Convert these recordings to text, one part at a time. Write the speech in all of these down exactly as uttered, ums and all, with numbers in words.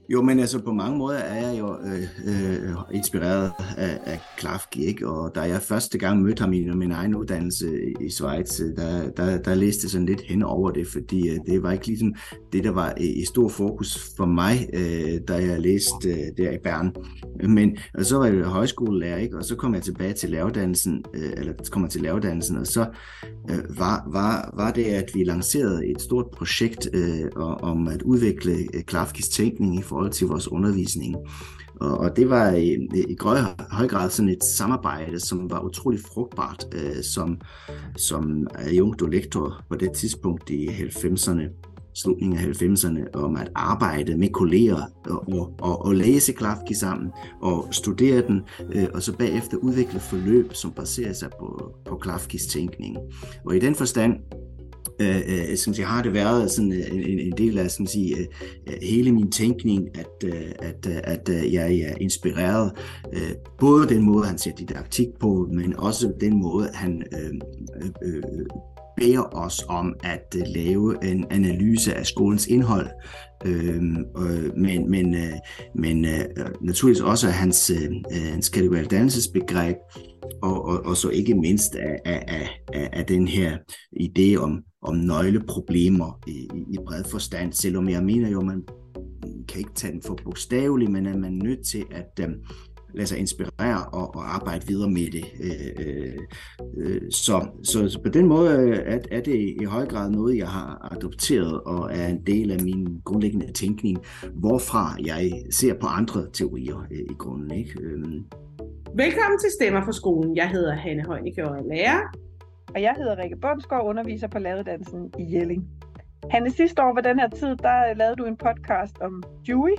Jo, men altså på mange måder er jeg jo øh, øh, inspireret af, af Klafki, ikke? Og da jeg første gang mødte ham i min egen uddannelse i Schweiz, der, der, der læste jeg sådan lidt hen over det, fordi øh, det var ikke ligesom det, der var i, i stor fokus for mig, øh, da jeg læste øh, der i Bern. Men og så var jeg højskolelærer, ikke? Og så kom jeg tilbage til læreruddannelsen, øh, eller kom jeg til læreruddannelsen, og så øh, var, var, var det, at vi lancerede et stort projekt øh, om at udvikle øh, Klafkis tænkning i forhold til vores undervisning. Og, og det var i, i grøj, høj grad sådan et samarbejde, som var utrolig frugtbart, øh, som, som adjunkt lektor på det tidspunkt i halvfemserne, slutningen af halvfemserne, om at arbejde med kolleger og, og, og, og læse Klafki sammen og studere den, øh, og så bagefter udvikle forløb, som baserer sig på, på Klafkis tænkning. Og i den forstand, Øh, øh, som jeg har det været sådan en, en del af sådan at sige, øh, hele min tænkning, at, øh, at, at øh, jeg er inspireret øh, både den måde, han ser didaktik på, men også den måde, han øh, øh, beder os om at øh, lave en analyse af skolens indhold. Øh, øh, men men, øh, men øh, naturligvis også hans, øh, hans kategorielle dannelsesbegreb, og, og, og så ikke mindst af, af, af, af den her idé om om nøgleproblemer i, i, i bred forstand, selvom jeg mener jo, man kan ikke tage den for bogstaveligt, men er man nødt til at um, lade sig inspirere og, og arbejde videre med det. Øh, øh, så, så, så på den måde er, er det i høj grad noget, jeg har adopteret og er en del af min grundlæggende tænkning, hvorfra jeg ser på andre teorier øh, i grunden. Ikke? Øh. Velkommen til Stemmer fra skolen. Jeg hedder Hanne Heunicke og er lærer. Og jeg hedder Rikke Bundsgaard, underviser på læreruddannelsen i Jelling. Hanne, sidste år ved den her tid, der lavede du en podcast om Dewey.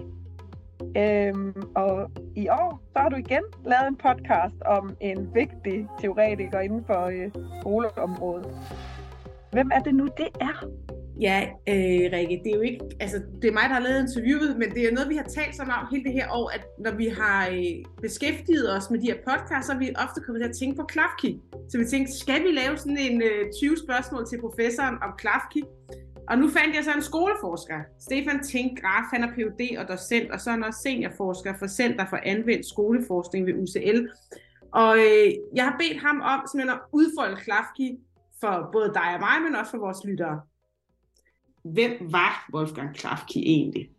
Øhm, og i år, så har du igen lavet en podcast om en vigtig teoretiker inden for øh, skoleområdet. Hvem er det nu, det er? Ja, øh, Rikke, det er jo ikke, altså det er mig, der har lavet interviewet, men det er noget, vi har talt så meget om hele det her år, at når vi har øh, beskæftiget os med de her podcasts, så er vi ofte kommet til at tænke på Klafki. Så vi tænkte, skal vi lave sådan en øh, tyve spørgsmål til professoren om Klafki? Og nu fandt jeg så en skoleforsker, Stefan Tink Graf, han er P H D og docent, og så er han også seniorforsker for Center for Anvendt Skoleforskning ved U C L. Og øh, jeg har bedt ham om simpelthen at udfolde Klafki for både dig og mig, men også for vores lyttere. Hvem var Wolfgang Klafki egentlig?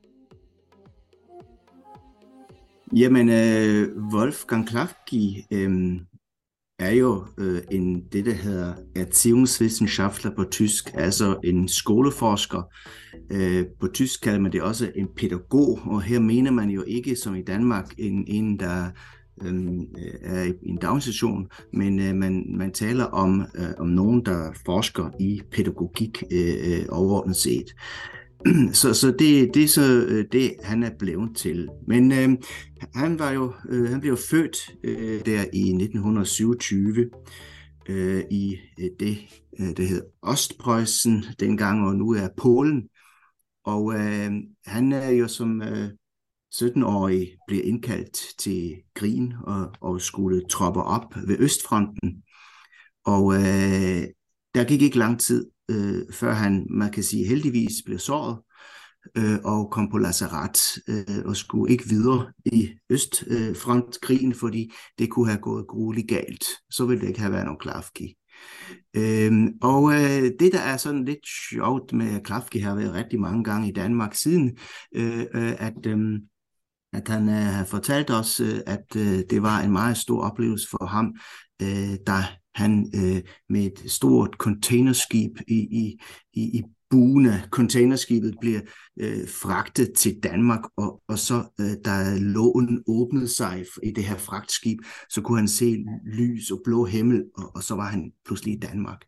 Jamen, øh, Wolfgang Klafki øh, er jo øh, en, det, der hedder Erziehungswissenschaftler på tysk, altså en skoleforsker. Øh, på tysk kalder man det også en pædagog, og her mener man jo ikke, som i Danmark, en, en der øh, er i en daginstitution, men øh, man, man taler om, øh, om nogen, der forsker i pædagogik øh, overordnet set. Så, så det, det er så det, han er blevet til. Men øh, han var jo, øh, han blev født øh, der i nitten syvogtyve øh, i øh, det, øh, det hed Ostpreussen dengang, og nu er Polen. Og øh, han er jo som øh, sytten-årig bliver indkaldt til krigen og, og skulle troppe op ved Østfronten. Og øh, der gik ikke lang tid, øh, før han, man kan sige, heldigvis blev såret øh, og kom på lazaret øh, og skulle ikke videre i Østfrontkrigen, fordi det kunne have gået grueligt galt. Så ville det ikke have været nogen Klafki. Øhm, og øh, det, der er sådan lidt sjovt med Klafki, har været rigtig mange gange i Danmark siden, øh, øh, at, øh, at han øh, har fortalt os, øh, at øh, det var en meget stor oplevelse for ham, øh, da han øh, med et stort containerskib i, i, i, i Bune, containerskibet bliver øh, fragtet til Danmark, og, og så øh, da lågen åbnede sig i det her fragtskib, så kunne han se lys og blå himmel, og, og så var han pludselig i Danmark.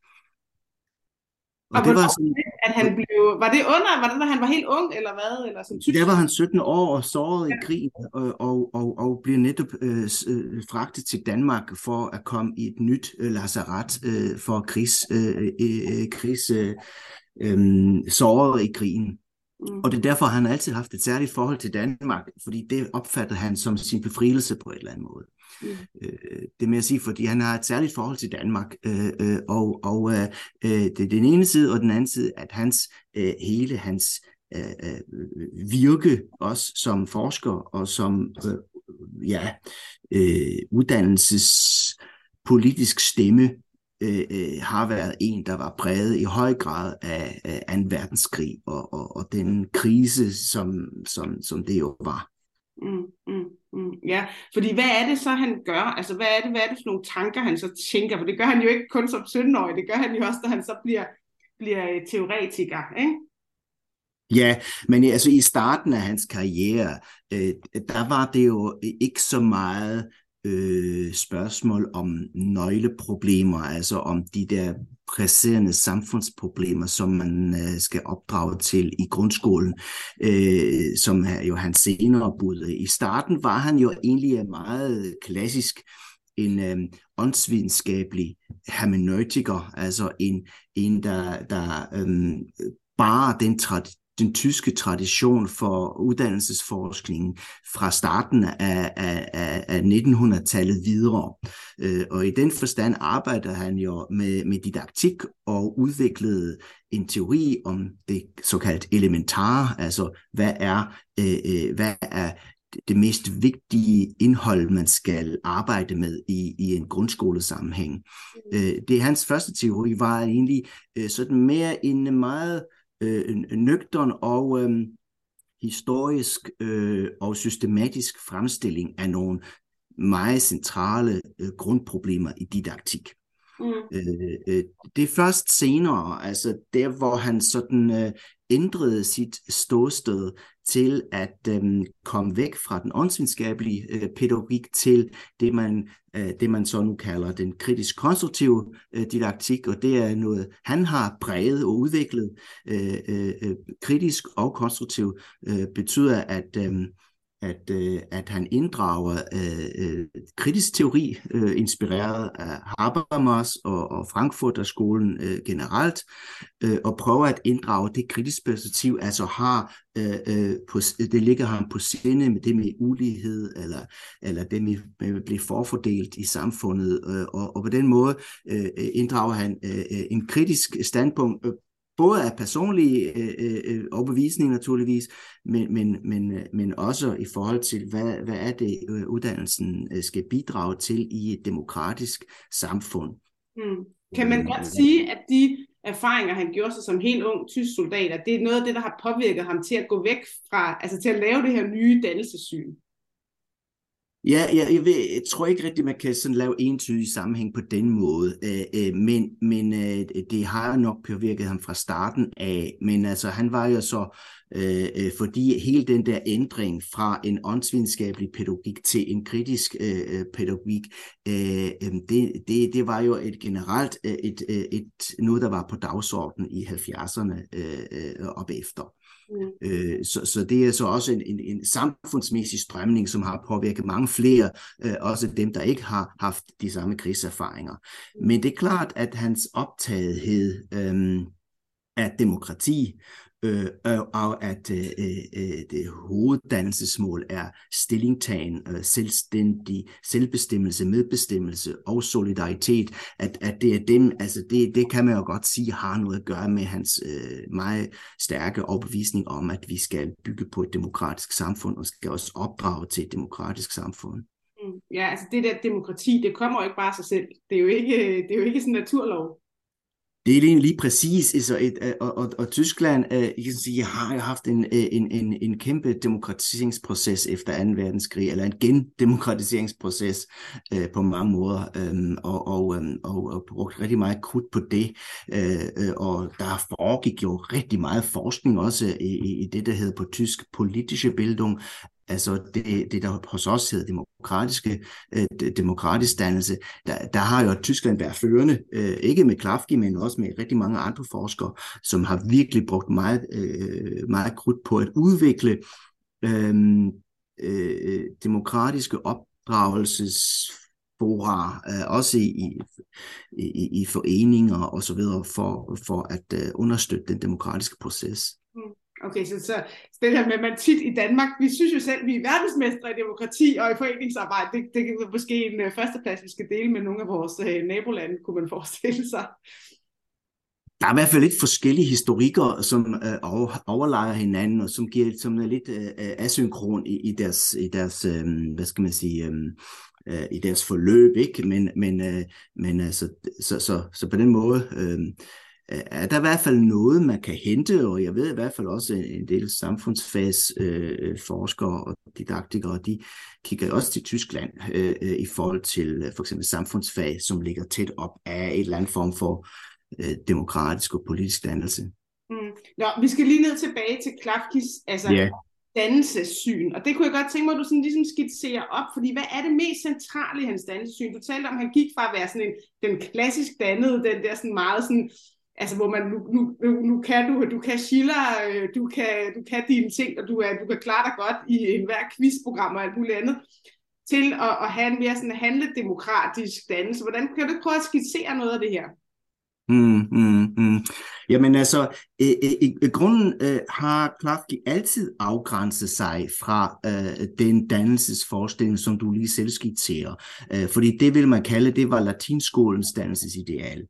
Og, og det var sådan, at han blev, var det under, var det da han var helt ung, eller hvad? Eller som der var han sytten år og såret ja. i krigen, og, og, og, og blev netop øh, fragtet til Danmark for at komme i et nyt øh, lazaret øh, for krigs, øh, øh, krigs øh, øh, såret i krigen. Mm. Og det er derfor, han altid haft et særligt forhold til Danmark, fordi det opfattede han som sin befrielse på et eller andet måde. Mm. Øh, det med at sige, fordi han har et særligt forhold til Danmark, øh, øh, og, og øh, det er den ene side, og den anden side, at hans, øh, hele hans øh, virke også som forsker og som øh, ja, øh, uddannelsespolitisk stemme øh, øh, har været en, der var præget i høj grad af, af anden verdenskrig og, og, og den krise, som, som, som det jo var. Mm, mm, mm, ja, fordi hvad er det så, han gør? Altså, hvad er det, hvad er det for nogle tanker, han så tænker? For det gør han jo ikke kun som sytten-årig, det gør han jo også, da han så bliver, bliver teoretiker, ikke? Ja, men altså i starten af hans karriere, øh, der var det jo ikke så meget øh, spørgsmål om nøgleproblemer, altså om de der presserende samfundsproblemer, som man øh, skal opdrage til i grundskolen, øh, som er jo hans senere bud. I starten var han jo egentlig meget klassisk, en øh, åndsvidenskabelig hermeneutiker, altså en, en der, der øh, bare den tradition, den tyske tradition for uddannelsesforskningen fra starten af, af, af nittenhundredetallet videre. Og i den forstand arbejder han jo med, med didaktik og udviklede en teori om det såkaldt elementare, altså hvad er, øh, hvad er det mest vigtige indhold, man skal arbejde med i, i en grundskolesammenhæng. Mm. Det hans første teori var egentlig sådan mere en meget Øh, nøgtern og øh, historisk øh, og systematisk fremstilling af nogle meget centrale øh, grundproblemer i didaktik. Mm. Øh, øh, det er først senere, altså der hvor han sådan øh, ændrede sit ståsted til at øh, komme væk fra den åndsvidenskabelige øh, pædagogik til det man, øh, det man så nu kalder den kritisk-konstruktive øh, didaktik, og det er noget, han har præget og udviklet. Øh, øh, kritisk og konstruktiv øh, betyder, at øh, At, øh, at han inddrager øh, kritisk teori, øh, inspireret af Habermas og, og Frankfurterskolen øh, generelt, øh, og prøver at inddrage det kritiske perspektiv, altså har øh, på, det ligger ham på sinde med det med ulighed, eller, eller det med, med at blive forfordelt i samfundet, øh, og, og på den måde øh, inddrager han øh, en kritisk standpunkt, øh, både af personlige øh, overbevisning naturligvis, men, men, men, men også i forhold til, hvad, hvad er det, øh, uddannelsen skal bidrage til i et demokratisk samfund. Hmm. Kan man godt sige, at de erfaringer, han gjorde sig som helt ung tysk soldat, det er noget af det, der har påvirket ham til at gå væk fra, altså til at lave det her nye dannelsessyn? Ja, jeg, jeg, ved, jeg tror ikke rigtigt, man kan sådan lave entydig sammenhæng på den måde, øh, øh, men, men øh, det har nok påvirket ham fra starten af, men altså han var jo så, øh, fordi hele den der ændring fra en åndsvidenskabelig pædagogik til en kritisk øh, pædagogik, øh, det, det, det var jo et generelt et, et, et, noget, der var på dagsordenen i halvfjerdserne øh, op efter. Mm. Øh, så, så det er så også en, en, en samfundsmæssig strømning, som har påvirket mange flere, øh, også dem, der ikke har haft de samme krigserfaringer. Mm. Men det er klart, at hans optagethed øh, af demokrati, øh, og at øh, øh, det hoveddannelsesmål er stillingtagen, øh, selvstændig selvbestemmelse, medbestemmelse og solidaritet, at, at det er dem, altså det, det kan man jo godt sige har noget at gøre med hans øh, meget stærke overbevisning om, at vi skal bygge på et demokratisk samfund, og skal også opdrage til et demokratisk samfund. Mm. Ja, altså det der demokrati, det kommer jo ikke bare af sig selv. Det er jo ikke, det er jo ikke sådan en naturlov. Det er lige præcis, altså et, og, og, og Tyskland, jeg kan sige, har jo haft en, en, en, en kæmpe demokratiseringsproces efter anden verdenskrig, eller en gendemokratiseringsproces øh, på mange måder, øh, og, og, og, og brugt rigtig meget krudt på det, øh, og der foregik jo rigtig meget forskning også i, i det, der hedder på tysk politische Bildung, altså det, det der hos os hedder demokratiske, øh, demokratisk dannelse, der, der har jo Tyskland været førende, øh, ikke med Klafki, men også med rigtig mange andre forskere, som har virkelig brugt meget, øh, meget krudt på at udvikle øh, øh, demokratiske opdragelsesfora, øh, også i, i, i foreninger og så videre, for, for at øh, understøtte den demokratiske proces. Mm. Okay, så, så det her med, man tit i Danmark, vi synes jo selv, vi er verdensmestre i demokrati og i foreningsarbejde. Det, det er måske en uh, førsteplads, vi skal dele med nogle af vores uh, nabolande, kunne man forestille sig. der er i hvert fald lidt forskellige historikere, som øh, over, overlejer hinanden, og som, giver, som er lidt øh, asynkron i, i deres, i deres øh, hvad skal man sige, øh, øh, i deres forløb, ikke? Men, men, øh, men altså, så, så, så på den måde øh, er der i hvert fald noget, man kan hente, og jeg ved i hvert fald også en del samfundsfagsforskere øh, forskere og didaktikere, de kigger også til Tyskland øh, øh, i forhold til øh, for eksempel samfundsfag, som ligger tæt op af et eller andet form for øh, demokratisk og politisk dannelse. Mm. Nå, vi skal lige ned tilbage til Klafkis altså yeah. dannelsessyn, og det kunne jeg godt tænke mig, at du sådan ligesom skitserer op, fordi hvad er det mest centrale i hans dannelsessyn? Du talte om, at han gik fra at være sådan en, den klassisk dannede, den der sådan meget sådan, altså hvor man, nu, nu, nu kan du, du kan Schiller, du kan, du kan dine ting, og du, er, du kan klare dig godt i enhver quizprogram og alt muligt andet, til at, at have en mere sådan handledemokratisk dannelse. Hvordan kan du prøve at skitsere noget af det her? Mm, mm, mm. Jamen altså, i, i, i grunden øh, har Klafki altid afgrænset sig fra øh, den dannelsesforestilling, som du lige selv skitserer. Øh, fordi det vil man kalde, det var latinskolens dannelsesideal.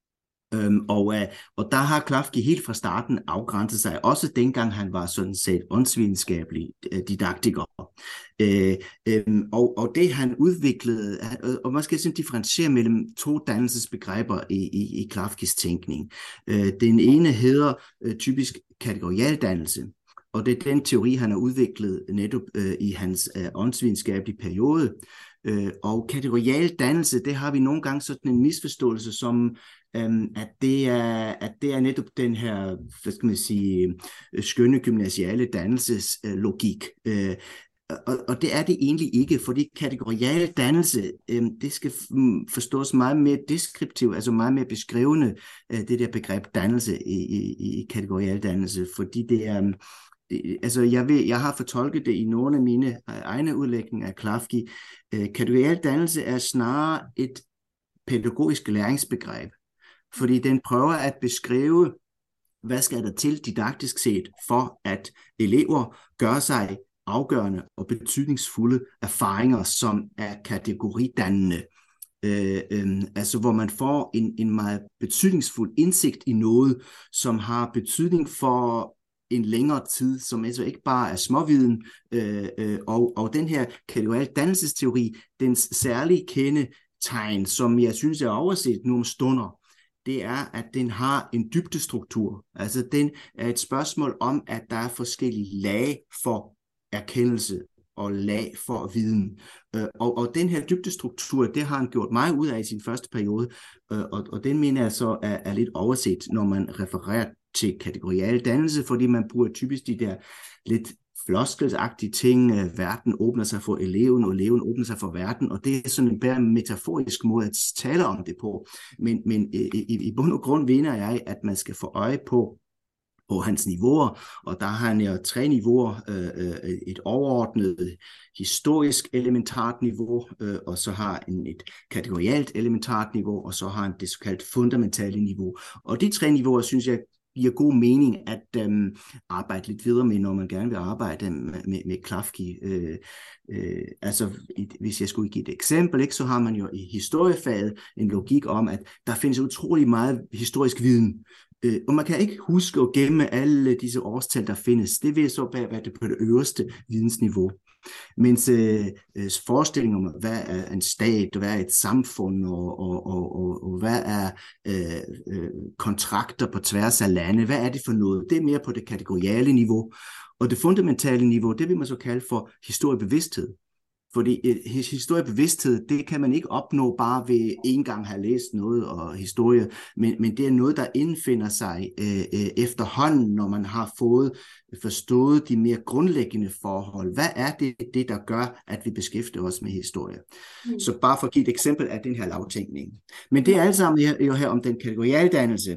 Øhm, og, øh, og der har Klafki helt fra starten afgrænset sig, også dengang han var sådan set åndsvidenskabelig øh, didaktiker. Øh, øh, og, og det han udviklede, og man skal sådan differentiere mellem to dannelsesbegreber i, i, i Klafkis tænkning. Øh, den ene hedder øh, typisk kategorial dannelse, og det er den teori, han har udviklet netop øh, i hans øh, åndsvidenskabelige periode. Øh, og kategorial dannelse, det har vi nogle gange sådan en misforståelse som, øhm, at, det er, at det er netop den her, hvad skal man sige, skønne gymnasiale dannelseslogik. Øh, og, og det er det egentlig ikke, fordi kategorial dannelse, øh, det skal forstås meget mere deskriptivt, altså meget mere beskrivende, øh, det der begreb dannelse i, i, i kategorial dannelse, fordi det er... Altså, jeg, ved, jeg har fortolket det i nogle af mine egne udlægninger af Klafki. Kategorial dannelse er snarere et pædagogisk læringsbegreb, fordi den prøver at beskrive, hvad skal der til didaktisk set, for at elever gør sig afgørende og betydningsfulde erfaringer, som er kategoridannende. Øh, øh, altså hvor man får en, en meget betydningsfuld indsigt i noget, som har betydning for en længere tid, som altså ikke bare er småviden, øh, øh, og, og den her kategorial dannelsesteori, dens særlige kendetegn, som jeg synes er overset nogle stunder, det er, at den har en dybdestruktur. Altså den er et spørgsmål om, at der er forskellige lag for erkendelse og lag for viden. Øh, og, og den her dybdestruktur, det har han gjort meget ud af i sin første periode, øh, og, og den mener jeg så er, er lidt overset, når man refererer til kategorial dannelse, fordi man bruger typisk de der lidt floskelagtige ting, verden åbner sig for eleven, og eleven åbner sig for verden, og det er sådan en bare metaforisk måde at tale om det på. Men, men i, i, i bund og grund mener jeg, at man skal få øje på, på hans niveauer, og der har han jo tre niveauer, øh, et overordnet historisk elementart niveau, øh, og så har han et kategorialt elementart niveau, og så har han det såkaldt fundamentale niveau. Og de tre niveauer, synes jeg, giver god mening at øhm, arbejde lidt videre med, når man gerne vil arbejde med, med, med Klafki. Øh, øh, altså, et, hvis jeg skulle give et eksempel, ikke, så har man jo i historiefaget en logik om, at der findes utrolig meget historisk viden, øh, og man kan ikke huske at gemme alle disse årstal, der findes. Det vil så være det på det øverste vidensniveau. Mens øh, forestillinger om, hvad er en stat, hvad er et samfund, og, og, og, og, og hvad er øh, øh, kontrakter på tværs af lande, hvad er det for noget? Det er mere på det kategoriale niveau. Og det fundamentale niveau, det vil man så kalde for historiebevidsthed. Fordi historiebevidsthed, det kan man ikke opnå bare ved en gang have læst noget og historie, men, men det er noget, der indfinder sig øh, efterhånden, når man har fået forstået de mere grundlæggende forhold. Hvad er det, det der gør, at vi beskæftiger os med historie? Mm. Så bare for at give et eksempel af den her lavtænkning. Men det er alt sammen jo her om den kategoriale dannelse,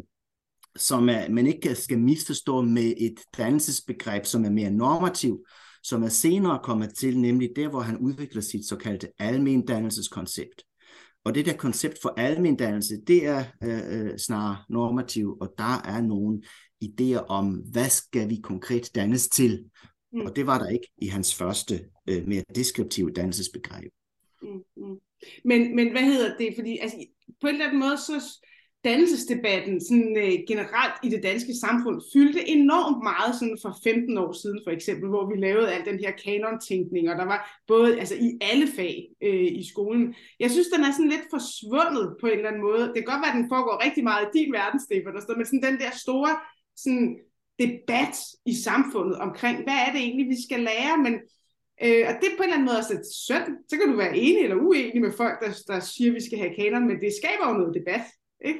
som er, man ikke skal misforstå med et dannelsesbegreb, som er mere normativ, som er senere kommet til, nemlig der, hvor han udvikler sit såkaldte almendannelseskoncept. Og det der koncept for almendannelse, det er øh, snarere normativ, og der er nogle idéer om, hvad skal vi konkret dannes til? Mm. Og det var der ikke i hans første, øh, mere deskriptive dannelsesbegreb. Mm, mm. Men, men hvad hedder det? Fordi altså, på en eller anden måde, så dannelsesdebatten sådan, øh, generelt i det danske samfund fyldte enormt meget sådan for femten år siden for eksempel, hvor vi lavede al den her kanontænkning, og der var både altså, i alle fag øh, i skolen. Jeg synes, den er sådan lidt forsvundet på en eller anden måde. Det kan godt være, at den foregår rigtig meget i din verden, Stefan, men sådan den der store sådan, debat i samfundet omkring, hvad er det egentlig, vi skal lære, men Øh, og det er på en eller anden måde også lidt synd. Så kan du være enig eller uenig med folk, der, der siger, at vi skal have kanon, men det skaber jo noget debat, ikke?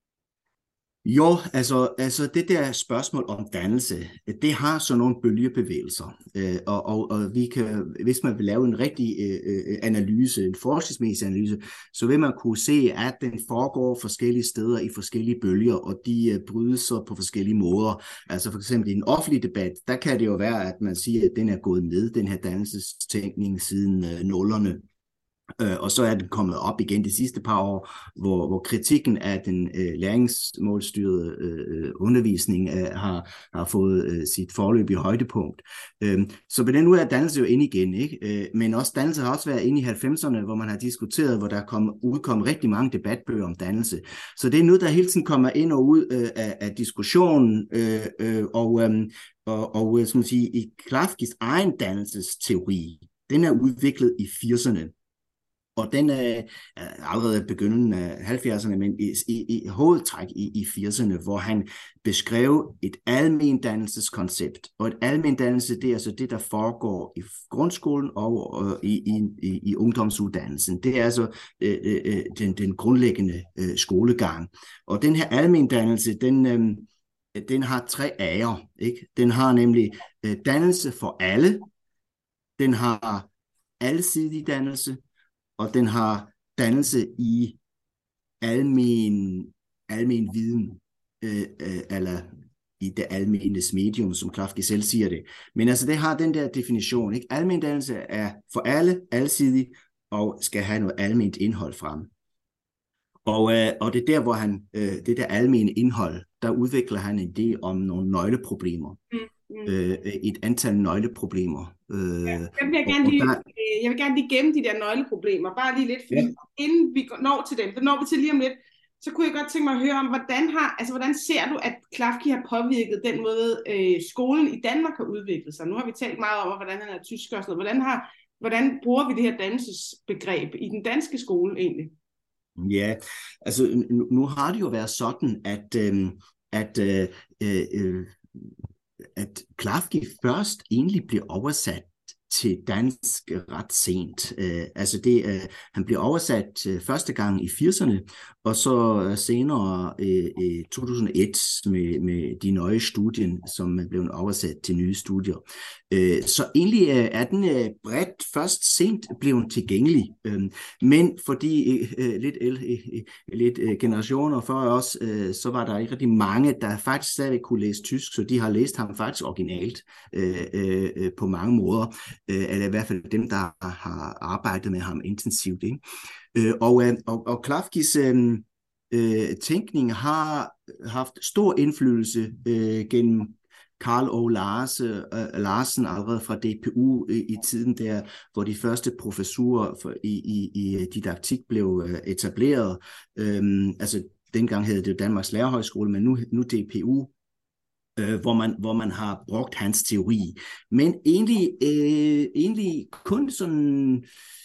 Jo, altså, altså det der spørgsmål om dannelse, det har sådan nogle bølgebevægelser, øh, og, og, og vi kan, hvis man vil lave en rigtig øh, analyse, en forskningsmæssig analyse, så vil man kunne se, at den foregår forskellige steder i forskellige bølger, og de øh, bryder sig på forskellige måder. Altså for eksempel i en offentlig debat, der kan det jo være, at man siger, at den er gået ned, den her dannelsestænkning siden øh, nullerne. Og så er den kommet op igen de sidste par år, hvor, hvor kritikken af den øh, læringsmålstyrede øh, undervisning øh, har, har fået øh, sit forløb i højdepunkt. Øh, så på den måde er dannelse jo inde igen, ikke? Øh, men også dannelse har også været inde i halvfemserne, hvor man har diskuteret, hvor der kom, udkom rigtig mange debatbøger om dannelse. Så det er noget, der hele tiden kommer ind og ud øh, af, af diskussionen, øh, øh, og, øh, og, og som man siger, i Klafkis egen dannelsesteori, den er udviklet i firserne. Og den er allerede begyndelsen af halvfjerdserne, men i, i, i hovedtræk i, i firserne, hvor han beskrev et almendannelseskoncept. Og et almendannelse, det er altså det, der foregår i grundskolen og, og i, i, i ungdomsuddannelsen. Det er altså øh, øh, den, den grundlæggende øh, skolegang. Og den her almendannelse, den, øh, den har tre A'er, ikke? Den har nemlig øh, dannelse for alle, den har alsidig dannelse, og den har dannelse i almen, almen viden, øh, øh, eller i det almenes medium, som Klafki selv siger det. Men altså, det har den der definition, ikke? Almen dannelse er for alle, alsidig, og skal have noget alment indhold frem. Og, øh, og det er der, hvor han, øh, det der almene indhold, der udvikler han en idé om nogle nøgleproblemer. Mm. Øh, et antal nøgleproblemer. Øh, ja, jeg, vil gerne lige, der... jeg vil gerne lige gemme de der nøgleproblemer, bare lige lidt, fordi ja. Inden vi når til dem, for når vi til lige om lidt, så kunne jeg godt tænke mig at høre om, hvordan, har, altså, hvordan ser du, at Klafki har påvirket den måde, øh, skolen i Danmark har udviklet sig? Nu har vi talt meget om, hvordan han er tysk og sådan noget. Hvordan, har, hvordan bruger vi det her dannelsesbegreb i den danske skole egentlig? Ja, altså nu, nu har det jo været sådan, at, øh, at øh, øh, at Klafki først egentlig blev oversat til dansk ret sent. Uh, altså det, uh, han blev oversat uh, første gang i firserne, og så uh, senere uh, i to tusind og et med, med de nye studier, som blev oversat til nye studier. Uh, så egentlig uh, er den uh, bredt først sent blevet tilgængelig, uh, men fordi uh, lidt, uh, lidt uh, generationer før os, uh, så var der ikke rigtig mange, der faktisk stadig kunne læse tysk, så de har læst ham faktisk originalt uh, uh, på mange måder. Eller i hvert fald dem, der har arbejdet med ham intensivt. Ikke? Og, og, og Klafkis øh, tænkning har haft stor indflydelse øh, gennem Karl O. Larsen, øh, Larsen allerede fra D P U i, i tiden der, hvor de første professurer for, i, i, i didaktik blev øh, etableret. Øh, altså dengang hed det jo Danmarks Lærerhøjskole, men nu, nu D P U. Øh, hvor, man, hvor man har brugt hans teori. Men egentlig, øh, egentlig kun sådan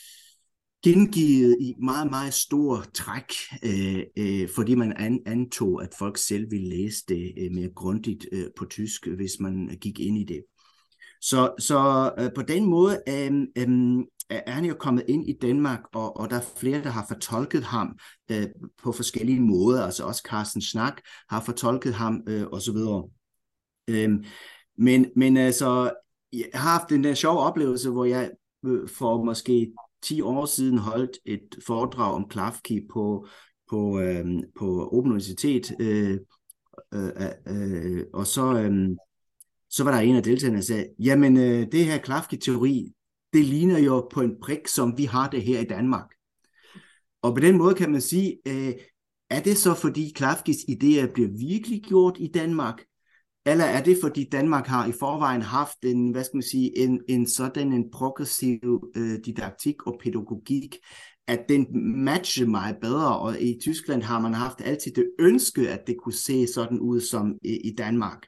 gengivet i meget, meget stor træk, øh, øh, fordi man an, antog, at folk selv ville læse det øh, mere grundigt øh, på tysk, hvis man gik ind i det. Så, så øh, på den måde øh, øh, er han jo kommet ind i Danmark, og, og der er flere, der har fortolket ham øh, på forskellige måder. Altså også Carsten Schnack har fortolket ham, øh, og så videre. Øhm, men, men altså, jeg har haft den der sjove oplevelse, hvor jeg for måske ti år siden holdt et foredrag om Klafki på, på, øhm, på Åben Universitet, øh, øh, øh, og så, øh, så var der en af deltagerne, der sagde, jamen øh, det her Klafki-teori, det ligner jo på en prik, som vi har det her i Danmark. Og på den måde kan man sige, øh, er det så fordi Klafkis idéer bliver virkelig gjort i Danmark? Eller er det, fordi Danmark har i forvejen haft en, hvad skal man sige, en, en sådan en progressiv øh, didaktik og pædagogik, at den matcher meget bedre, og i Tyskland har man haft altid det ønske, at det kunne se sådan ud som i, i Danmark.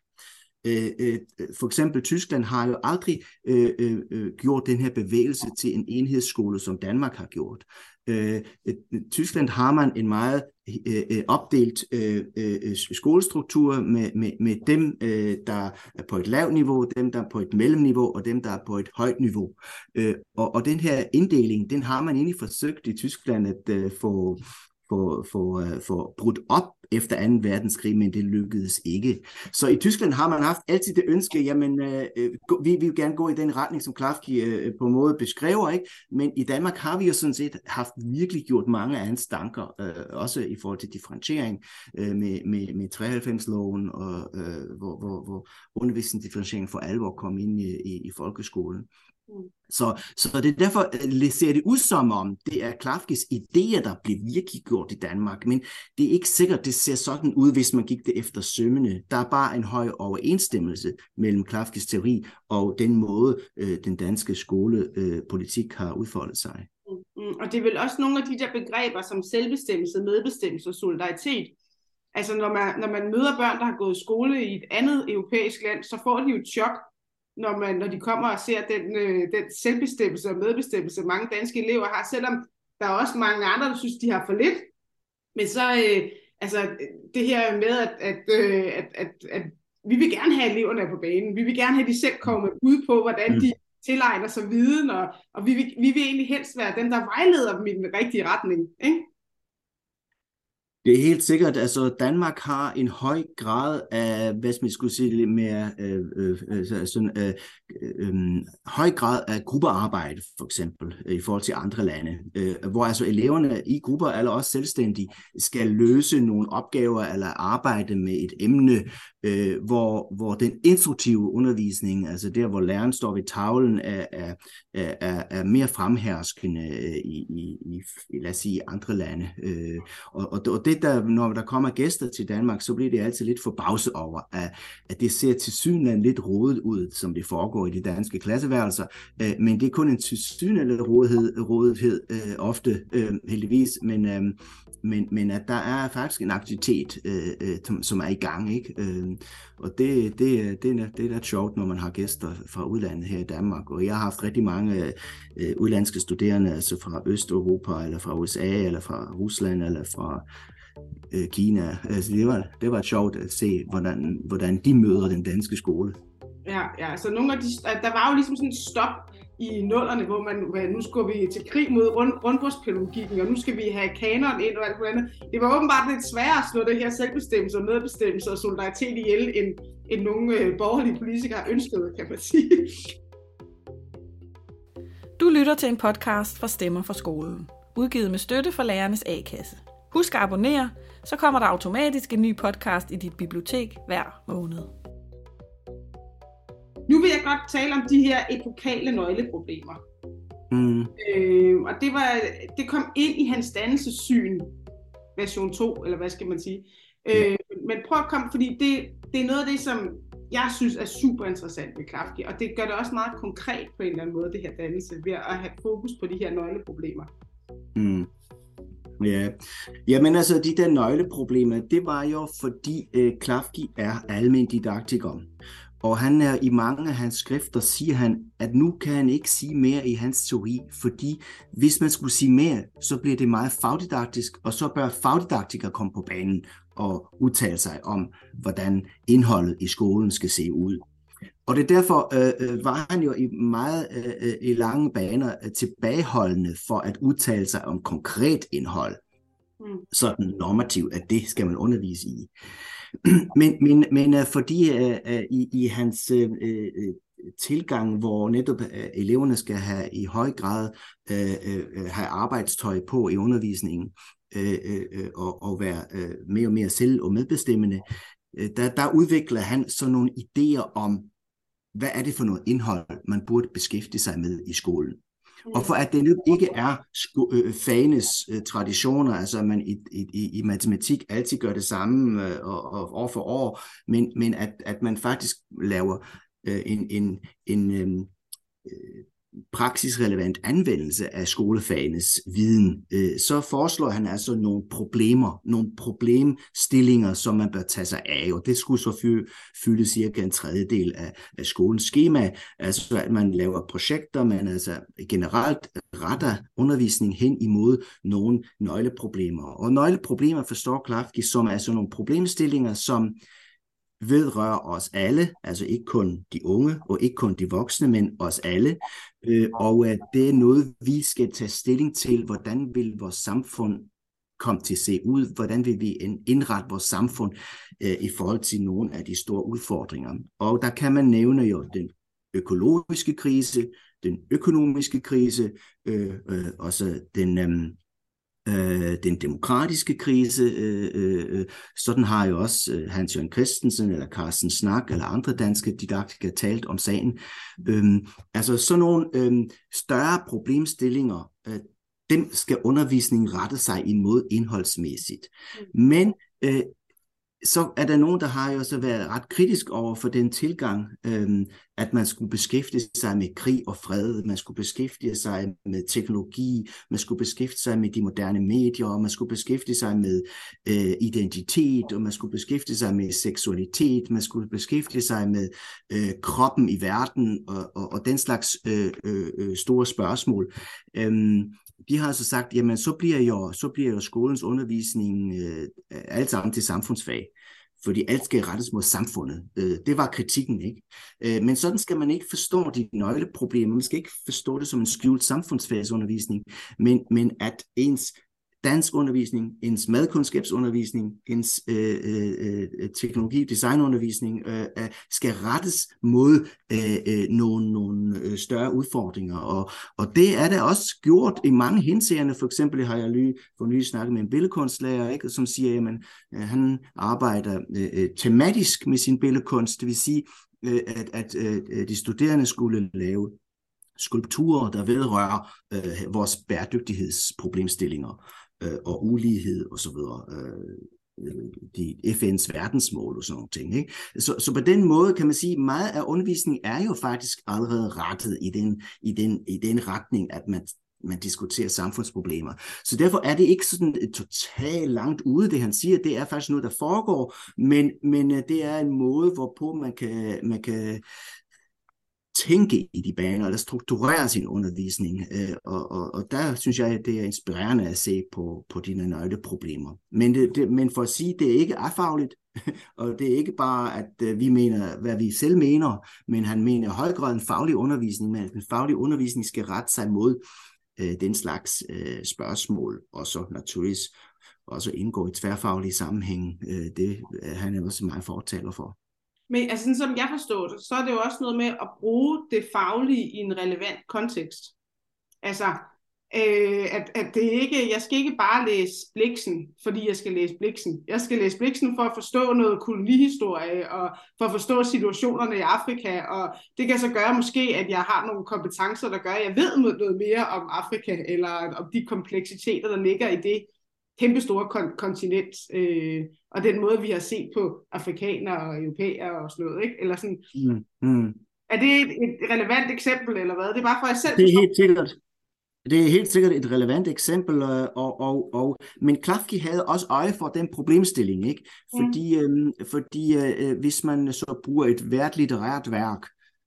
For eksempel Tyskland har jo aldrig øh, øh, gjort den her bevægelse til en enhedsskole, som Danmark har gjort. Øh, Tyskland har man en meget øh, opdelt øh, øh, skolestruktur med, med, med dem, øh, der er på et lavt niveau, dem, der er på et mellemniveau, og dem, der er på et højt niveau. Øh, og, og den her inddeling, den har man egentlig forsøgt i Tyskland at øh, få, få, få, uh, få brudt op efter anden verdenskrig, men det lykkedes ikke. Så i Tyskland har man haft altid det ønske, jamen øh, vi, vi vil gerne gå i den retning, som Klafki øh, på en måde beskriver, ikke? Men i Danmark har vi jo sådan set haft virkelig gjort mange anstanker, øh, også i forhold til differentiering øh, med, med, med treoghalvfems-loven, og, øh, hvor, hvor, hvor undervisningsdifferentiering for alvor kom ind i, i, i folkeskolen. Så, så det er derfor ser det ud som om, det er Klafkis idéer, der bliver virkelig gjort i Danmark, men det er ikke sikkert, det ser sådan ud, hvis man gik det efter sømmene. Der er bare en høj overensstemmelse mellem Klafkis teori og den måde, øh, den danske skolepolitik øh, har udfoldet sig. Mm, og det er vel også nogle af de der begreber som selvbestemmelse, medbestemmelse og solidaritet. Altså når man, når man møder børn, der har gået i skole i et andet europæisk land, så får de jo et chok, Når, man, når de kommer og ser den, øh, den selvbestemmelse og medbestemmelse, mange danske elever har, selvom der er også mange andre, der synes, de har for lidt. Men så, øh, altså, det her med, at, at, øh, at, at, at vi vil gerne have eleverne på banen. Vi vil gerne have, at de selv kommer ud på, hvordan de tilegner sig viden, og, og vi, vil, vi vil egentlig helst være dem, der vejleder dem i den rigtige retning, ikke? Det er helt sikkert, altså Danmark har en høj grad af, hvad man skulle sige lidt mere, øh, øh, sådan, øh, øh, høj grad af gruppearbejde for eksempel, øh, i forhold til andre lande, øh, hvor altså eleverne i grupper, eller også selvstændige, skal løse nogle opgaver eller arbejde med et emne, øh, hvor, hvor den instruktive undervisning, altså der hvor læreren står ved tavlen, er, er, er, er mere fremherskende i, i, i, lad os sige, andre lande. Øh, og, og det Der, når der kommer gæster til Danmark, så bliver det altid lidt forbavset over, at, at det ser tilsyneladende lidt rodet ud, som det foregår i de danske klasseværelser, øh, men det er kun en tilsyneladende rodethed, rodethed øh, ofte, øh, heldigvis, men, øh, men, men at der er faktisk en aktivitet, øh, øh, som er i gang, ikke? Øh, og det, det, det, er, det er da sjovt, når man har gæster fra udlandet her i Danmark, og jeg har haft rigtig mange øh, udlandske studerende, altså fra Østeuropa, eller fra U S A, eller fra Rusland, eller fra Kina. Altså det var det var sjovt at se, hvordan hvordan de møder den danske skole. Ja, ja, så nogle af de, der var jo ligesom sådan en stop i nullerne, hvor man, nu skulle vi til krig mod rund, rundbordspædagogikken, og nu skal vi have kanon ind og alt muligt andet. Det var åbenbart lidt sværere at slå det her selvbestemmelse og medbestemmelse og solidaritet ihjel, end, end nogle øh, borgerlige politikere har ønsket, kan man sige. Du lytter til en podcast fra Stemmer fra skolen, udgivet med støtte fra Lærernes A-kasse. Husk at abonnere, så kommer der automatisk en ny podcast i dit bibliotek hver måned. Nu vil jeg godt tale om de her epokale nøgleproblemer. Mm. Øh, og det, var, det kom ind i hans dannelsessyn, version to, eller hvad skal man sige. Øh, men prøv at komme, fordi det, det er noget af det, som jeg synes er super interessant ved Klafki, og det gør det også meget konkret på en eller anden måde, det her dannelse, ved at have fokus på de her nøgleproblemer. Mm. Ja, jamen altså de der nøgleproblemer, det var jo fordi øh, Klafki er almen didaktiker, og han er i mange af hans skrifter siger han, at nu kan han ikke sige mere i hans teori, fordi hvis man skulle sige mere, så bliver det meget fagdidaktisk, og så bør fagdidaktikere komme på banen og udtale sig om, hvordan indholdet i skolen skal se ud. Og det er derfor øh, var han jo i meget øh, i lange baner øh, tilbageholdende for at udtale sig om konkret indhold. Mm. Sådan normativt, at det skal man undervise i. men men, men øh, fordi øh, øh, i, i hans øh, øh, tilgang, hvor netop øh, eleverne skal have i høj grad øh, øh, have arbejdstøj på i undervisningen øh, øh, og, og være øh, mere og mere selv- og medbestemmende, øh, der, der udvikler han så nogle idéer om, hvad er det for noget indhold, man burde beskæftige sig med i skolen. Mm. Og for at det nu ikke er sko- øh, fagenes øh, traditioner, altså at man i, i, i matematik altid gør det samme øh, og, og år for år, men, men at, at man faktisk laver øh, en, en, en øh, praksisrelevant anvendelse af skolefagenes viden, øh, så foreslår han altså nogle problemer, nogle problemstillinger, som man bør tage sig af, og det skulle så fylde cirka en tredjedel af, af skolens skema, altså at man laver projekter, man altså generelt retter undervisning hen imod nogle nøgleproblemer. Og nøgleproblemer forstår Klafki som altså nogle problemstillinger, som vedrører os alle, altså ikke kun de unge og ikke kun de voksne, men os alle. Øh, og at det er noget, vi skal tage stilling til, hvordan vil vores samfund komme til at se ud, hvordan vil vi indrette vores samfund øh, i forhold til nogle af de store udfordringer. Og der kan man nævne jo den økologiske krise, den økonomiske krise, øh, øh, også den øh, den demokratiske krise. Øh, øh, sådan har jo også øh, Hans-Jørgen Christensen eller Carsten Snak eller andre danske didaktikere talt om sagen. Øh, altså sådan nogle øh, større problemstillinger, øh, dem skal undervisningen rette sig imod indholdsmæssigt. Men øh, så er der nogen, der har jo også været ret kritisk over for den tilgang, øhm, at man skulle beskæftige sig med krig og fred, man skulle beskæftige sig med teknologi, man skulle beskæftige sig med de moderne medier, og man skulle beskæftige sig med øh, identitet, og man skulle beskæftige sig med seksualitet, man skulle beskæftige sig med øh, kroppen i verden, og, og, og den slags øh, øh, store spørgsmål. Øhm, De har altså sagt, jamen så bliver jo, så bliver jo skolens undervisning øh, alt sammen til samfundsfag, fordi alt skal rettes mod samfundet. Øh, det var kritikken, ikke? Øh, men sådan skal man ikke forstå de nøgleproblemer. Man skal ikke forstå det som en skjult samfundsfagsundervisning, men, men at ens dansk undervisning, ens madkundskabsundervisning, ens øh, øh, teknologi- og designundervisning øh, skal rettes mod øh, nogle, nogle større udfordringer. Og, og det er det også gjort i mange henseender. For eksempel har jeg lige for nylig snakket med en billedkunstlærer, ikke, som siger, at øh, han arbejder øh, tematisk med sin billedkunst. Det vil sige, øh, at, at øh, de studerende skulle lave skulpturer, der vedrører øh, vores bæredygtighedsproblemstillinger øh, og ulighed og så videre, øh, de F N's verdensmål og sådan nogle ting. Ikke? Så, så på den måde kan man sige, at meget af undervisningen er jo faktisk allerede rettet i den, i den, i den retning, at man man diskuterer samfundsproblemer. Så derfor er det ikke sådan totalt langt ude, det han siger. Det er faktisk noget, der foregår, men, men det er en måde, hvorpå man kan, man kan tænke i de baner, eller strukturere sin undervisning, øh, og, og, og der synes jeg, at det er inspirerende at se på, på de nøgleproblemer. Men, det, det, men for at sige, det er ikke afagligt, og det er ikke bare, at øh, vi mener, hvad vi selv mener, men han mener i høj grad en faglig undervisning, men den faglige undervisning skal rette sig mod øh, den slags øh, spørgsmål, og så naturligvis også indgå i tværfaglige sammenhæng. Øh, det øh, han er også meget fortaler for. Men altså, sådan som jeg forstår det, så er det jo også noget med at bruge det faglige i en relevant kontekst. Altså, øh, at, at det ikke, jeg skal ikke bare læse Blixen, fordi jeg skal læse Blixen. Jeg skal læse Blixen for at forstå noget kolonihistorie, og for at forstå situationerne i Afrika, og det kan så gøre måske, at jeg har nogle kompetencer, der gør, at jeg ved noget mere om Afrika, eller om de kompleksiteter, der ligger i det kæmpe store kon- kontinent, øh, og den måde, vi har set på afrikanere og europæere og sådan noget, ikke? Eller sådan. Mm, mm. Er det et, et relevant eksempel, eller hvad? Det er bare for, at jeg selv det er helt sikkert. Det er helt sikkert et relevant eksempel, og, og, og, men Klafki havde også øje for den problemstilling, ikke? Fordi, mm. øh, fordi øh, hvis man så bruger et hvert litterært værk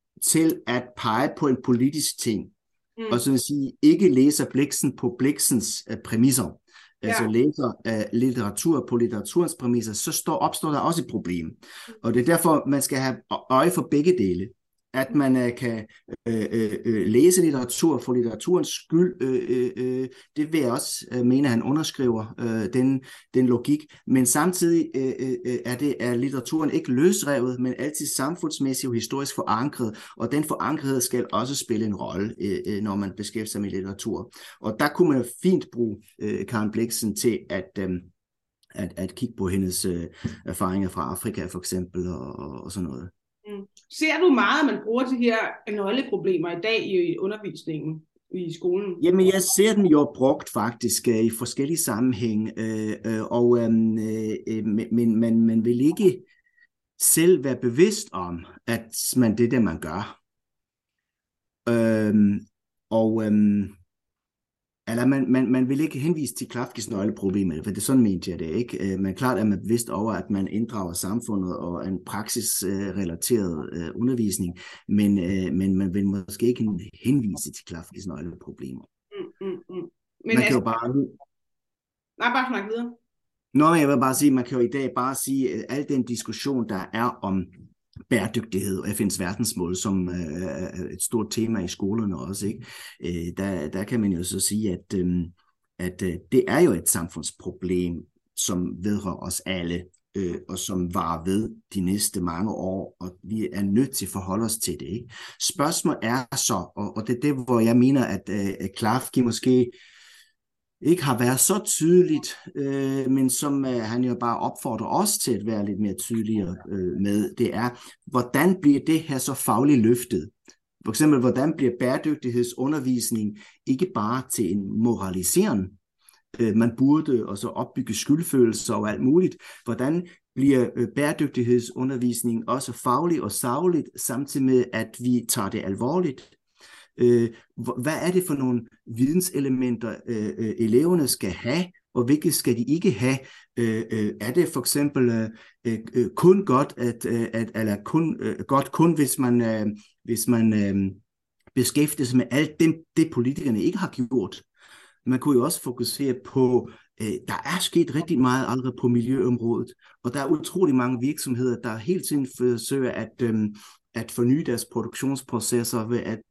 til at pege på en politisk ting, mm. og så at sige, ikke læser Blixen på Blixens øh, præmisser, altså ja. læser uh, litteratur på litteraturens præmisser, så står, opstår der også et problem. Og det er derfor, man skal have øje for begge dele. At man uh, kan uh, uh, læse litteratur for litteraturens skyld, uh, uh, det vil jeg også uh, mene, at han underskriver uh, den, den logik. Men samtidig uh, uh, er, det, er litteraturen ikke løsrevet, men altid samfundsmæssigt og historisk forankret, og den forankrethed skal også spille en rolle, uh, uh, når man beskæftiger sig med litteratur. Og der kunne man fint bruge uh, Karen Blixen til at... Um, At, at kigge på hendes uh, erfaringer fra Afrika for eksempel, og, og, og sådan noget. Mm. Ser du meget, at man bruger de her nøgleproblemer i dag i undervisningen i skolen? Jamen, jeg ser den jo brugt faktisk uh, i forskellige sammenhæng, uh, uh, og um, uh, men man, man vil ikke selv være bevidst om, at man det er det, man gør. Um, og øhm, eller man, man, man vil ikke henvise til Klafkis nøgleproblemer, for det sådan mente jeg det ikke. Men klart er man bevidst over, at man inddrager samfundet og en praksisrelateret øh, undervisning, men, øh, men man vil måske ikke henvise til Klafkis nøgleproblemer. Mm, mm, mm. Men man altså... kan jo bare... Nej, bare snak videre. Nå, men jeg vil bare sige, man kan jo i dag bare sige, at al den diskussion, der er om bæredygtighed og F N's verdensmål, som øh, er et stort tema i skolerne også, ikke? Øh, der, der kan man jo så sige, at, øh, at øh, det er jo et samfundsproblem, som vedrører os alle, øh, og som varer ved de næste mange år, og vi er nødt til at forholde os til det, ikke? Spørgsmålet er så, og, og det er det, hvor jeg mener, at øh, Klafki måske ikke har været så tydeligt, øh, men som øh, han jo bare opfordrer os til at være lidt mere tydeligere øh, med, det er, hvordan bliver det her så fagligt løftet? For eksempel, hvordan bliver bæredygtighedsundervisning ikke bare til en moralisering? Øh, man burde også opbygge skyldfølelser og alt muligt. Hvordan bliver øh, bæredygtighedsundervisning også faglig og sagligt, samtidig med, at vi tager det alvorligt? Øh, hvad er det for nogle videnselementer, øh, øh, eleverne skal have, og hvilke skal de ikke have? Øh, øh, er det for eksempel øh, øh, kun godt, at, øh, at, eller kun, øh, godt kun, hvis man, øh, hvis man øh, beskæftiger sig med alt det, det, politikerne ikke har gjort? Man kunne jo også fokusere på, øh, der er sket rigtig meget allerede på miljøområdet, og der er utrolig mange virksomheder, der hele tiden forsøger at, øh, at forny deres produktionsprocesser ved at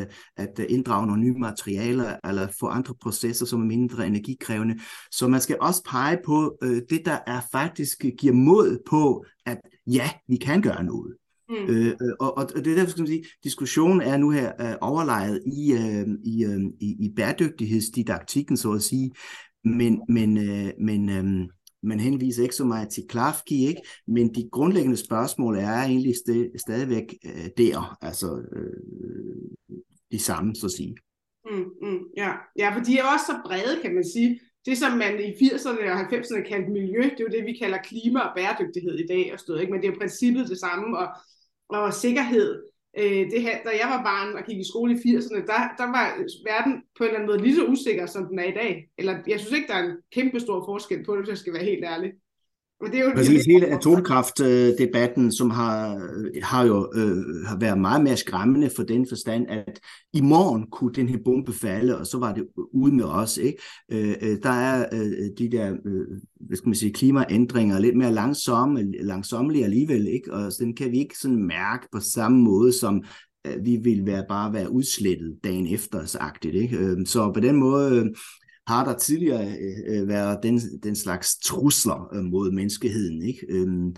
at inddrage nogle nye materialer, eller få andre processer, som er mindre energikrævende. Så man skal også pege på øh, det, der er faktisk giver mod på, at ja, vi kan gøre noget. Mm. Øh, og, og det er derfor, skal man sige, diskussionen er nu her øh, overlejet i, øh, i, øh, i, i bæredygtighedsdidaktikken, så at sige, men, men, øh, men øh, man henviser ikke så meget til Klafki, ikke? Men de grundlæggende spørgsmål er egentlig st- stadigvæk øh, der, altså øh, de samme, så at sige. Mm, mm, ja. ja, for de er også så brede, kan man sige. Det, som man i firserne og halvfemserne kaldte miljø, det er jo det, vi kalder klima og bæredygtighed i dag, og stod, ikke? Men det er jo princippet det samme, og, og sikkerhed. Øh, det her, da jeg var barn og gik i skole i firserne, der, der var verden på en eller anden måde lige så usikker, som den er i dag. Eller jeg synes ikke, der er en kæmpe stor forskel på det, hvis jeg skal være helt ærlig. Men det er jo præcis, hele atomkraftdebatten, som har, har jo øh, har været meget mere skræmmende for den forstand, at i morgen kunne den her bombe falde, og så var det ude med os, ikke? Øh, der er øh, de der, øh, hvad skal man sige, klimaændringer lidt mere langsomme, langsommelige alligevel, ikke? Og så den kan vi ikke sådan mærke på samme måde, som øh, vi vil være, bare være udslettet dagen efter-agtigt, ikke? Øh, så på den måde øh, har der tidligere øh, været den, den slags trusler øh, mod menneskeheden, ikke? Øhm,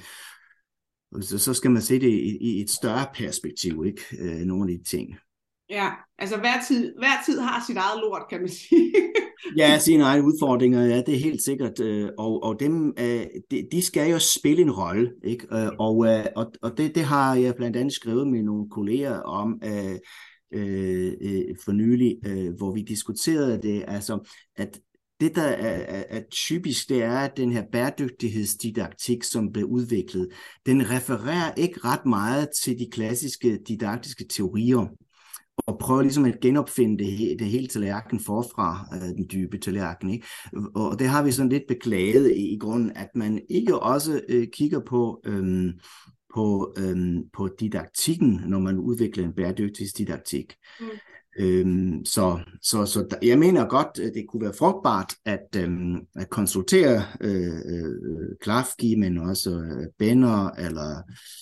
så, så skal man se det i, i et større perspektiv, ikke? Øh, nogle af de ting. Ja, altså hver tid, hver tid har sit eget lort, kan man sige. Ja, sine egne udfordringer, ja, det er helt sikkert, øh, og, og dem, øh, de, de skal jo spille en rolle, ikke? Øh, og øh, og, og det, det har jeg blandt andet skrevet med nogle kolleger om, øh, Øh, øh, for nylig, øh, hvor vi diskuterede det, altså at det der er, er, er typisk, det er at den her bæredygtighedsdidaktik, som blev udviklet, den refererer ikke ret meget til de klassiske didaktiske teorier, og prøver ligesom at genopfinde det, det hele tallerken forfra, øh, den dybe tallerken, ikke? Og det har vi sådan lidt beklaget i, i grunden, at man ikke også øh, kigger på øh, På, øhm, på didaktikken, når man udvikler en bæredygtighedsdidaktik. Mm. Øhm, så så, så der, jeg mener godt, at det kunne være frugtbart at, øhm, at konsultere øh, øh, Klafki, men også øh, Benner eller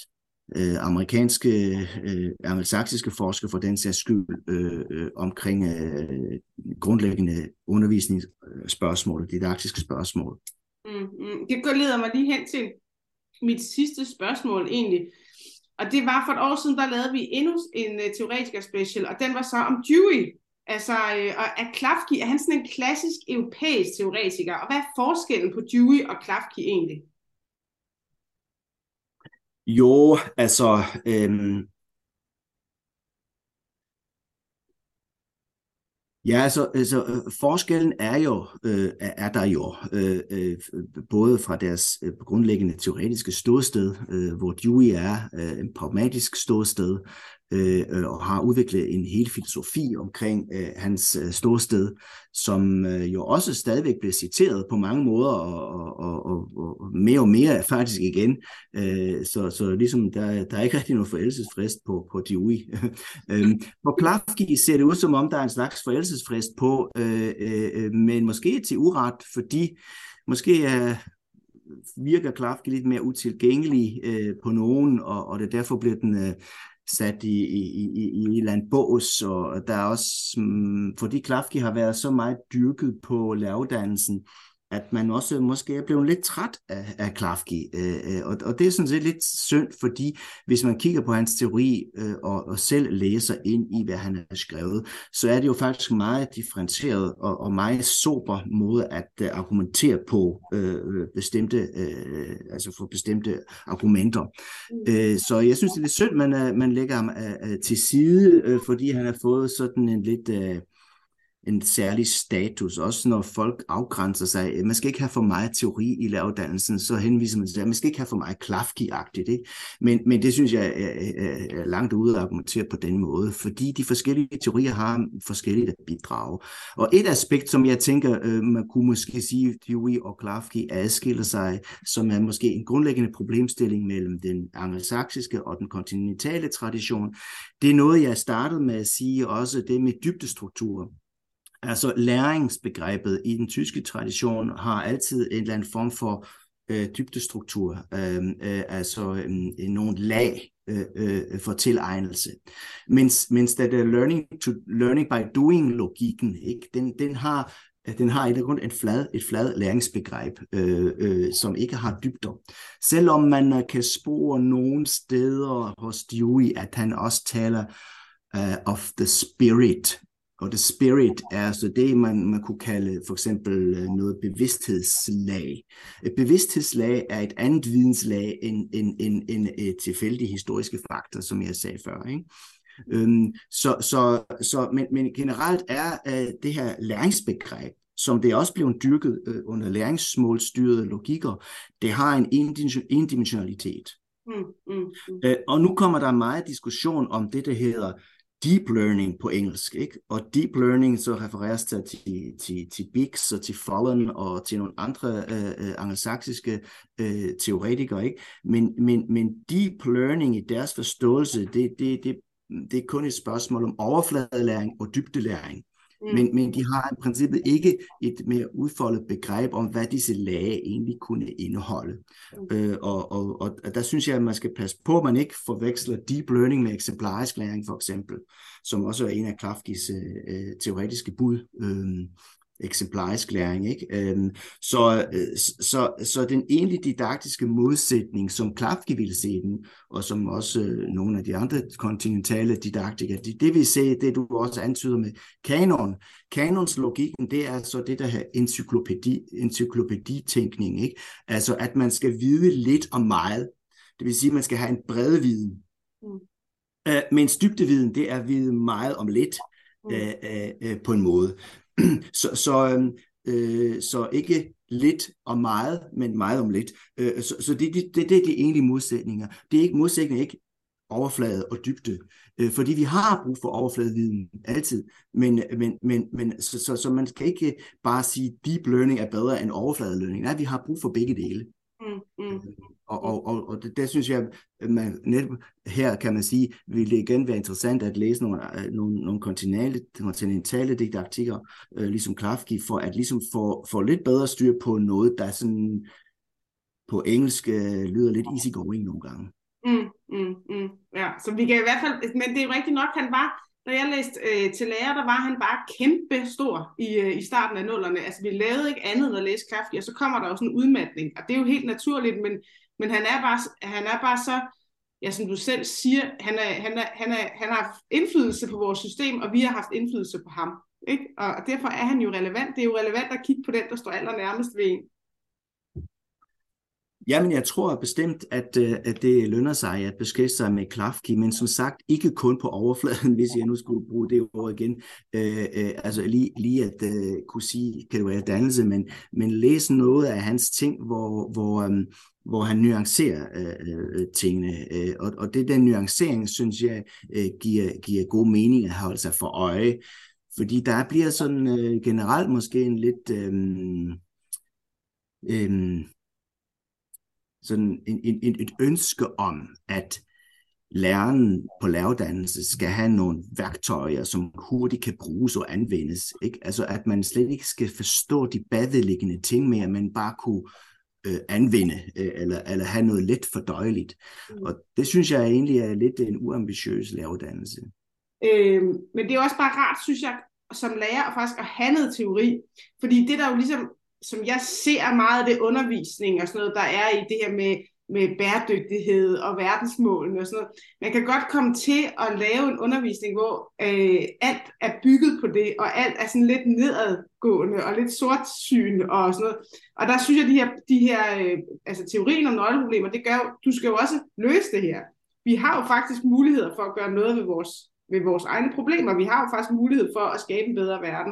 øh, amerikanske, øh, angelsaksiske forskere for den sags skyld øh, øh, omkring øh, grundlæggende undervisningsspørgsmål, didaktiske spørgsmål. Mm, mm. Det leder mig lige hen til mit sidste spørgsmål egentlig, og det var for et år siden, der lavede vi endnu en uh, teoretiker special, og den var så om Dewey. Altså, øh, og er Klafki, er han sådan en klassisk europæisk teoretiker, og hvad er forskellen på Dewey og Klafki egentlig? Jo, altså, øhm, ja, altså, altså forskellen er jo, øh, er der jo, øh, øh, både fra deres øh, grundlæggende teoretiske ståsted, øh, hvor Dewey er øh, en pragmatisk ståsted, øh, og har udviklet en hel filosofi omkring øh, hans øh, ståsted, som øh, jo også stadigvæk bliver citeret på mange måder, og, og, og, og mere og mere faktisk igen. Øh, så, så ligesom der, der er ikke rigtig noget forældelsesfrist på, på Dewey. øhm, på Klafki ser det ud som om, der er en slags forældelsesfrist på, øh, øh, men måske til uret, fordi måske er virker Klafki lidt mere utilgængelig øh, på nogen, og, og det derfor bliver den øh, sat i, i, i, i et eller andet bås, og der er også, mm, fordi Klafki har været så meget dyrket på læreruddannelsen, at man også måske er blevet lidt træt af, af Klafki, øh, og, og det er sådan set lidt synd, fordi hvis man kigger på hans teori øh, og, og selv læser ind i, hvad han har skrevet, så er det jo faktisk meget differentieret og, og meget sober måde at uh, argumentere på øh, bestemte, øh, altså for bestemte argumenter. Mm. Øh, så jeg synes, det er lidt synd, man, uh, man lægger ham uh, til side, øh, fordi han har fået sådan en lidt... Uh, en særlig status, også når folk afgrænser sig. Man skal ikke have for meget teori i læreruddannelsen, så henviser man til det. Man skal ikke have for meget Klafki-agtigt, ikke? Men, men det synes jeg er, er, er langt ude at argumentere på den måde, fordi de forskellige teorier har forskellige at bidrage. Og et aspekt, som jeg tænker, øh, man kunne måske sige, Dewey og Klafki adskiller sig, som er måske en grundlæggende problemstilling mellem den angelsaksiske og den kontinentale tradition. Det er noget, jeg startede med at sige, også det med dybdestrukturer. Altså læringsbegrebet i den tyske tradition har altid en eller anden form for øh, dybdestruktur, øh, øh, altså øh, nogle lag øh, øh, for tilegnelse. Mens, mens der er learning, to, learning by doing-logikken, ikke? Den, den har Den har i grund en flad, et flad læringsbegreb, øh, øh, som ikke har dybder. Selvom man kan spore nogle steder hos Dewey, at han også taler uh, of the spirit. Og the spirit er så det, man, man kunne kalde for eksempel noget bevidsthedslag. Et bevidsthedslag er et andet videnslag end, end, end, end et tilfældige historiske faktor, som jeg sagde før, ikke? Øhm, så, så, så, men, men generelt er øh, det her læringsbegreb, som det er også blevet dyrket øh, under læringsmålstyrede logikker, det har en endimensionalitet. Mm, mm, mm. Øh, og nu kommer der meget diskussion om det, der hedder deep learning på engelsk, ikke? Og deep learning så refereres til, til, til, til Biggs og til Fallon og til nogle andre øh, angelsaksiske øh, teoretikere, ikke? Men, men, men deep learning i deres forståelse, det, det, det, det er kun et spørgsmål om overfladelæring og dybdelæring. Mm. Men, men de har i princippet ikke et mere udfoldet begreb om, hvad disse lag egentlig kunne indeholde. Mm. Øh, og, og, og der synes jeg, at man skal passe på, at man ikke forveksler deep learning med eksemplarisk læring, for eksempel, som også er en af Klafkis øh, teoretiske bud. Øh, eksemplarisk læring, ikke? Øhm, så, så, så den egentlige didaktiske modsætning, som Klafki ville se den, og som også øh, nogle af de andre kontinentale didaktikere, det, det vil se, det du også antyder med kanon. Kanons logikken, det er så det der her encyklopædi, encyklopæditænkning, ikke? Altså, at man skal vide lidt om meget. Det vil sige, at man skal have en bred viden. Mm. Øh, mens dybdeviden, det er at vide meget om lidt, mm. øh, øh, på en måde. Så, så, øh, så ikke lidt og meget, men meget om lidt. Øh, så så det, det, det, det er de egentlige modsætninger. Det er ikke modsætninger, ikke overflade og dybde. Øh, fordi vi har brug for overfladeviden altid. Men, men, men, men så, så, så man skal ikke bare sige, deep learning er bedre end overfladelearning. Nej, vi har brug for begge dele. Mm, mm. Og, og, og, og det, det synes jeg, man, netop her kan man sige, vil det igen være interessant at læse nogle, nogle, nogle kontinentale, kontinentale didaktikker, øh, ligesom Klafki, for at ligesom få, få lidt bedre styr på noget, der sådan på engelsk øh, lyder lidt easygoing nogle gange. Mm, mm, mm. Ja, så vi kan i hvert fald, men det er jo rigtigt nok, han var, da jeg læste øh, til lærer, der var han bare kæmpe stor i, øh, i starten af nullerne. Altså vi lavede ikke andet end at læse Klafki, og så kommer der jo sådan en udmatning, og det er jo helt naturligt, men, men han, er bare, han er bare så, ja, som du selv siger, han, er, han, er, han, er, han har haft indflydelse på vores system, og vi har haft indflydelse på ham. Ikke? Og, og derfor er han jo relevant. Det er jo relevant at kigge på den, der står allernærmest ved en. Jamen, jeg tror bestemt, at, at det lønner sig at beskæftige sig med Klafki, men som sagt ikke kun på overfladen, hvis jeg nu skulle bruge det ord igen. Øh, øh, altså lige, lige at øh, kunne sige, kan det være dannelse, men, men læse noget af hans ting, hvor, hvor, um, hvor han nuancerer øh, tingene. Øh, og, og det den nuancering, synes jeg, øh, giver, giver god mening at holde sig for øje. Fordi der bliver sådan øh, generelt måske en lidt... Øh, øh, sådan en, en, et ønske om, at læreren på læreruddannelse skal have nogle værktøjer, som hurtigt kan bruges og anvendes. Ikke? Altså at man slet ikke skal forstå de bagvedliggende ting mere, men bare kunne øh, anvende øh, eller, eller have noget let fordøjeligt. Mm. Og det synes jeg egentlig er lidt en uambitiøs læreruddannelse. Øh, men det er også bare rart, synes jeg, som lærer faktisk at have noget teori. Fordi det der jo ligesom, som jeg ser meget af det undervisning og sådan noget, der er i det her med, med bæredygtighed og verdensmålene og sådan noget. Man kan godt komme til at lave en undervisning, hvor øh, alt er bygget på det, og alt er sådan lidt nedadgående og lidt sortsyn og sådan noget. Og der synes jeg, de her, de her øh, altså teorien om nøgleproblemer, det gør jo, du skal jo også løse det her. Vi har jo faktisk muligheder for at gøre noget ved vores, ved vores egne problemer. Vi har jo faktisk mulighed for at skabe en bedre verden.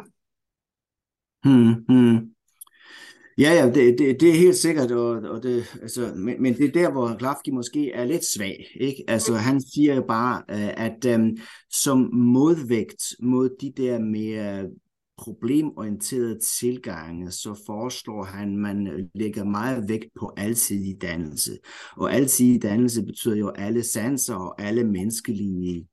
Hmm, hmm. Ja, ja, det, det, det er helt sikkert, og, og det, altså, men, men det er der, hvor Klafki måske er lidt svag, ikke? Altså, han siger jo bare, at um, som modvægt mod de der mere problemorienterede tilgange, så foreslår han, at man lægger meget vægt på alsidig dannelse. Og alsidig dannelse betyder jo alle sanser og alle menneskelige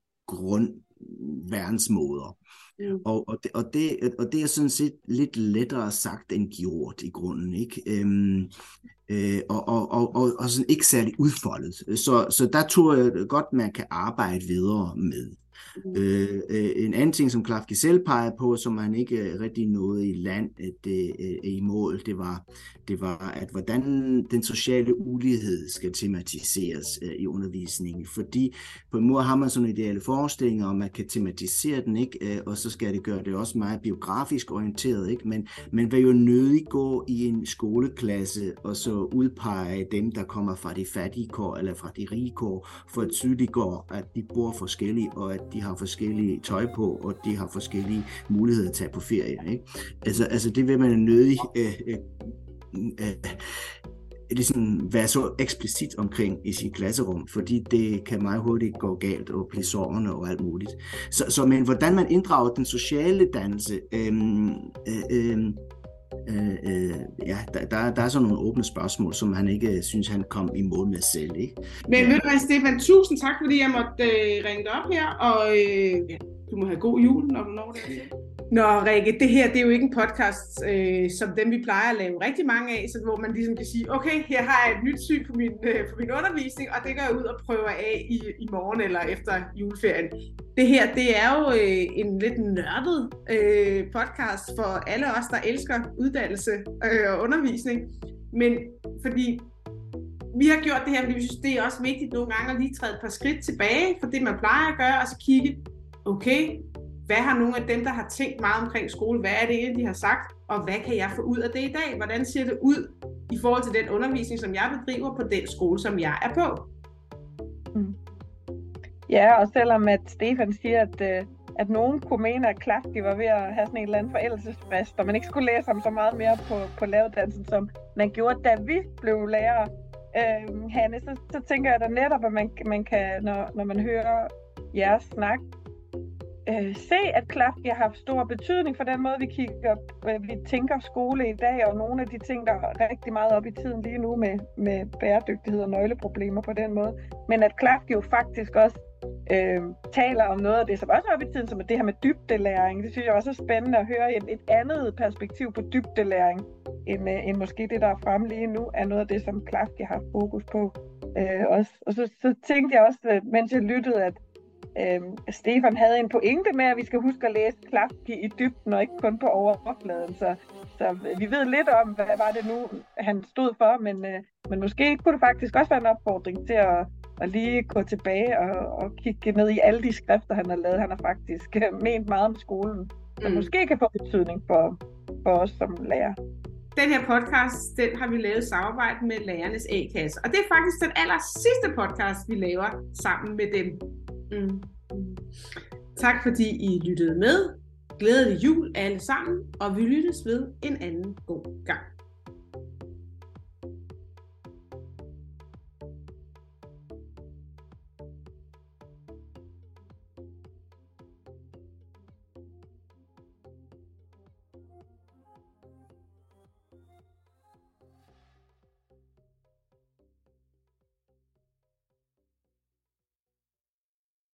grundværensmåder. Mm. Og, og, det, og, det, og det er sådan set lidt lettere sagt end gjort i grunden, ikke? Øhm, øh, og, og, og, og, og sådan ikke særlig udfoldet. Så, så der tror jeg godt, man kan arbejde videre med. Mm. Øh, øh, en anden ting, som Klafki selv peger på, som han ikke rigtig nåede i land det, øh, i mål, det var, det var, at hvordan den sociale ulighed skal tematiseres øh, i undervisningen. Fordi på en måde har man sådan ideelle forestillinger om, at man kan tematisere den, ikke? Øh, og så skal det gøre det også meget biografisk orienteret, ikke? Men man vil jo nødigt gå i en skoleklasse og så udpege dem, der kommer fra de fattige kår eller fra de rige kår, for at tydeliggøre, at de bor forskelligt, og at de har forskellige tøj på, og de har forskellige muligheder at tage på ferie. Ikke? Altså, altså det vil man nødig øh, øh, øh, ligesom være så eksplicit omkring i sit klasserum, fordi det kan meget hurtigt gå galt og blive sårende og alt muligt. Så, så men hvordan man inddrager den sociale dannelse, øh, øh, øh, Øh, øh, ja, der, der, der er sådan nogle åbne spørgsmål, som han ikke synes, han kom i mål med selv. Ikke? Men ved du hvad, Stefan, tusind tak, fordi jeg måtte øh, ringe dig op her, og øh, ja, du må have god jul, når du når det. Nå, Rikke, det her, det er jo ikke en podcast, øh, som dem vi plejer at lave rigtig mange af, så hvor man ligesom kan sige, okay, her har jeg et nyt syn på min, øh, på min undervisning, og det går jeg ud og prøver af i, i morgen eller efter juleferien. Det her, det er jo øh, en lidt nørdet øh, podcast for alle os, der elsker uddannelse øh, og undervisning, men fordi vi har gjort det her, fordi vi synes, det er også vigtigt nogle gange at lige træde et par skridt tilbage for det, man plejer at gøre, og så kigge, okay, hvad har nogle af dem, der har tænkt meget omkring skole, hvad er det egentlig, de har sagt, og hvad kan jeg få ud af det i dag? Hvordan ser det ud i forhold til den undervisning, som jeg bedriver på den skole, som jeg er på? Mm. Ja, og selvom at Stefan siger, at, at nogen kunne mene, at Klafki var ved at have sådan en eller anden forældelsesfrist, og man ikke skulle læse ham så meget mere på, på læreruddannelsen, som man gjorde, da vi blev lærere, øh, Hanne, så, så tænker jeg da netop, at man, man kan, når, når man hører jeres snak, øh, se, at Klafki har haft stor betydning for den måde, vi kigger, øh, vi tænker skole i dag, og nogle af de ting, der er rigtig meget op i tiden lige nu med, med bæredygtighed og nøgleproblemer på den måde. Men at Klafki jo faktisk også øh, taler om noget af det, som også er op i tiden, som er det her med dybdelæring. Det synes jeg også er spændende at høre et, et andet perspektiv på dybdelæring, end, øh, end måske det, der er fremme lige nu, er noget af det, som Klafki har fokus på. Øh, også. Og så, så tænkte jeg også, mens jeg lyttede, at Øhm, Stefan havde en pointe med, at vi skal huske at læse Klafki i dybden og ikke kun på overfladen. Så, så vi ved lidt om, hvad var det nu, han stod for, men, øh, men måske kunne det faktisk også være en opfordring til at, at lige gå tilbage og, og kigge ned i alle de skrifter, han har lavet. Han har faktisk øh, ment meget om skolen, som mm. måske kan få betydning for, for os som lærer. den her podcast, den har vi lavet i samarbejde med Lærernes A-kasse. Og det er faktisk den aller sidste podcast, vi laver sammen med dem. Mm. Tak fordi I lyttede med. Glædelig jul alle sammen, og vi lyttes ved en anden god gang.